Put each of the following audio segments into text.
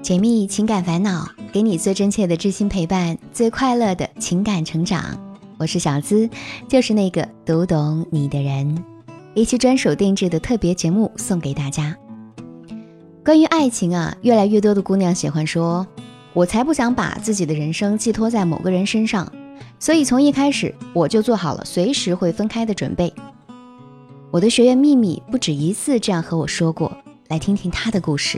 解密情感烦恼，给你最真切的知心陪伴，最快乐的情感成长。我是小资，就是那个读懂你的人。一期专属定制的特别节目送给大家。关于爱情啊，越来越多的姑娘喜欢说，我才不想把自己的人生寄托在某个人身上，所以从一开始我就做好了随时会分开的准备。我的学员秘密不止一次这样和我说过，来听听她的故事。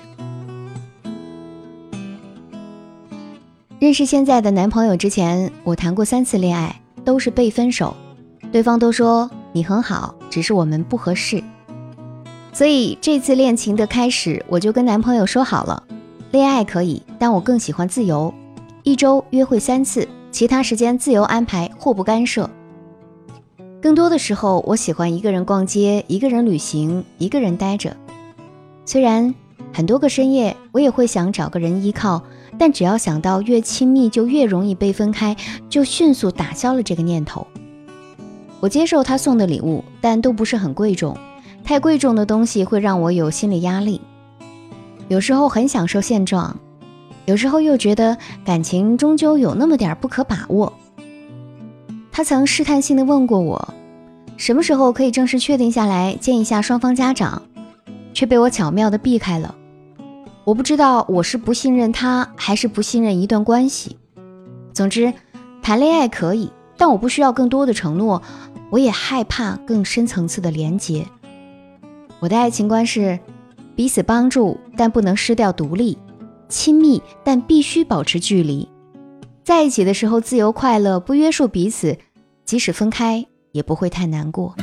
认识现在的男朋友之前，我谈过3次恋爱，都是被分手，对方都说你很好，只是我们不合适。所以这次恋情的开始，我就跟男朋友说好了，恋爱可以，但我更喜欢自由，1周约会3次，其他时间自由安排，互不干涉。更多的时候，我喜欢一个人逛街，一个人旅行，一个人待着。虽然很多个深夜我也会想找个人依靠，但只要想到越亲密就越容易被分开，就迅速打消了这个念头。我接受他送的礼物，但都不是很贵重，太贵重的东西会让我有心理压力。有时候很享受现状，有时候又觉得感情终究有那么点不可把握。他曾试探性地问过我，什么时候可以正式确定下来，见一下双方家长，却被我巧妙地避开了。我不知道我是不信任他，还是不信任一段关系。总之，谈恋爱可以，但我不需要更多的承诺，我也害怕更深层次的连结。我的爱情观是彼此帮助，但不能失掉独立；亲密，但必须保持距离。在一起的时候自由快乐，不约束彼此，即使分开也不会太难过。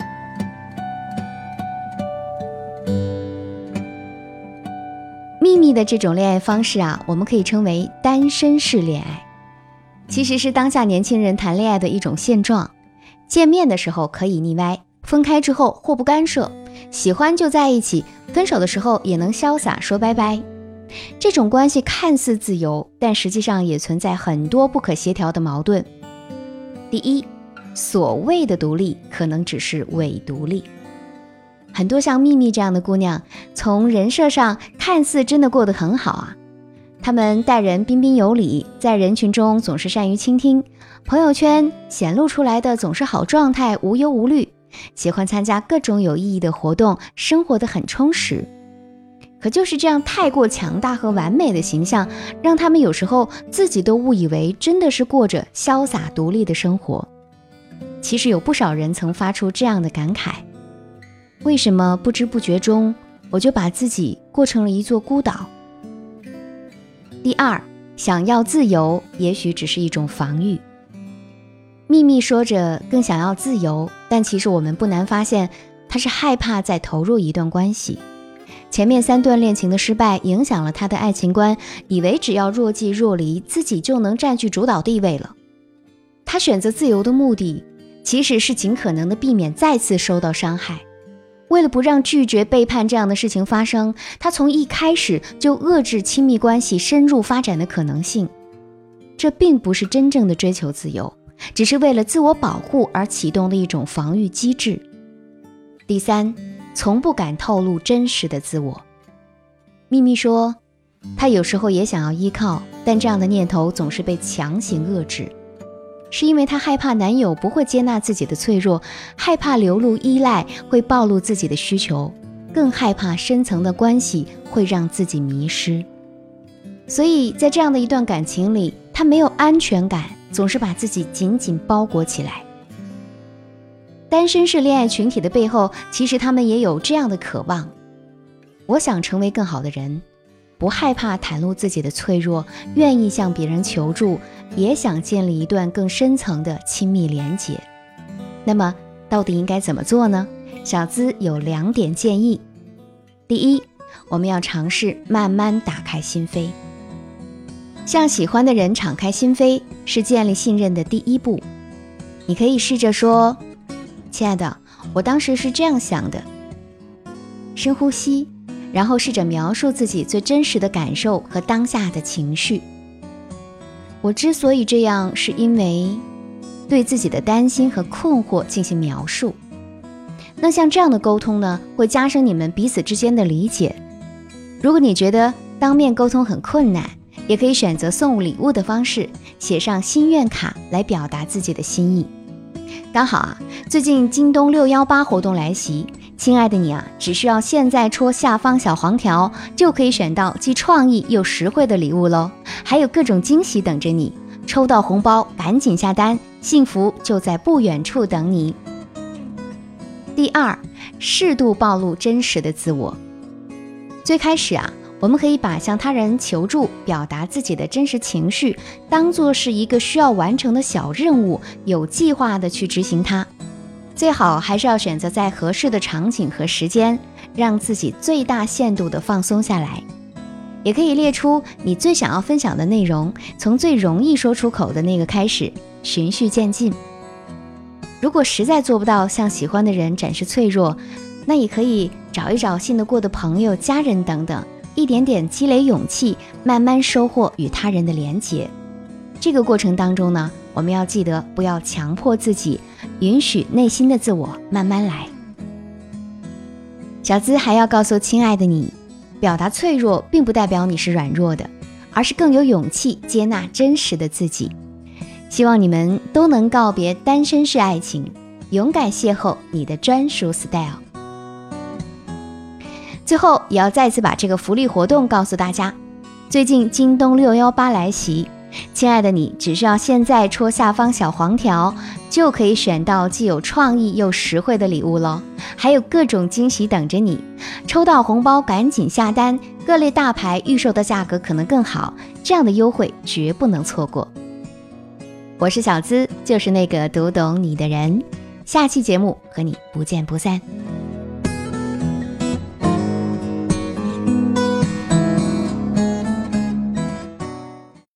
秘密的这种恋爱方式啊，我们可以称为单身式恋爱，其实是当下年轻人谈恋爱的一种现状。见面的时候可以腻歪，分开之后互不干涉，喜欢就在一起，分手的时候也能潇洒说拜拜。这种关系看似自由，但实际上也存在很多不可协调的矛盾。第一，所谓的独立可能只是伪独立。很多像秘密这样的姑娘，从人设上看似真的过得很好啊。她们待人彬彬有礼，在人群中总是善于倾听，朋友圈显露出来的总是好状态，无忧无虑，喜欢参加各种有意义的活动，生活得很充实。可就是这样太过强大和完美的形象，让他们有时候自己都误以为真的是过着潇洒独立的生活。其实有不少人曾发出这样的感慨，为什么不知不觉中我就把自己过成了一座孤岛？第二，想要自由也许只是一种防御。秘密说着更想要自由，但其实我们不难发现，他是害怕再投入一段关系。前面3段恋情的失败影响了他的爱情观，以为只要若即若离，自己就能占据主导地位了。他选择自由的目的，其实是尽可能的避免再次受到伤害。为了不让拒绝背叛这样的事情发生，他从一开始就遏制亲密关系深入发展的可能性。这并不是真正的追求自由，只是为了自我保护而启动的一种防御机制。第三，从不敢透露真实的自我。秘密说，他有时候也想要依靠，但这样的念头总是被强行遏制，是因为他害怕男友不会接纳自己的脆弱，害怕流露依赖会暴露自己的需求，更害怕深层的关系会让自己迷失。所以在这样的一段感情里，他没有安全感，总是把自己紧紧包裹起来。单身式恋爱群体的背后，其实他们也有这样的渴望，我想成为更好的人，不害怕袒露自己的脆弱，愿意向别人求助，也想建立一段更深层的亲密连结。那么到底应该怎么做呢？小资有2点建议。第一，我们要尝试慢慢打开心扉。向喜欢的人敞开心扉，是建立信任的第一步。你可以试着说，亲爱的，我当时是这样想的。深呼吸，然后试着描述自己最真实的感受和当下的情绪。我之所以这样，是因为对自己的担心和困惑进行描述。那像这样的沟通呢，会加深你们彼此之间的理解。如果你觉得当面沟通很困难，也可以选择送礼物的方式，写上心愿卡来表达自己的心意。刚好最近京东618活动来袭，亲爱的你只需要现在戳下方小黄条，就可以选到既创意又实惠的礼物咯，还有各种惊喜等着你。抽到红包赶紧下单，幸福就在不远处等你。第二，适度暴露真实的自我。最开始我们可以把向他人求助、表达自己的真实情绪当作是一个需要完成的小任务，有计划的去执行它。最好还是要选择在合适的场景和时间，让自己最大限度的放松下来。也可以列出你最想要分享的内容，从最容易说出口的那个开始，循序渐进。如果实在做不到向喜欢的人展示脆弱，那也可以找一找信得过的朋友、家人等等，一点点积累勇气，慢慢收获与他人的连结。这个过程当中呢，我们要记得不要强迫自己，允许内心的自我慢慢来。小资还要告诉亲爱的你，表达脆弱并不代表你是软弱的，而是更有勇气接纳真实的自己。希望你们都能告别单身式爱情，勇敢邂逅你的专属 style。 最后也要再次把这个福利活动告诉大家，最近京东618来袭，亲爱的你只需要现在戳下方小黄条，就可以选到既有创意又实惠的礼物咯，还有各种惊喜等着你。抽到红包赶紧下单，各类大牌预售的价格可能更好，这样的优惠绝不能错过。我是小资，就是那个读懂你的人，下期节目和你不见不散。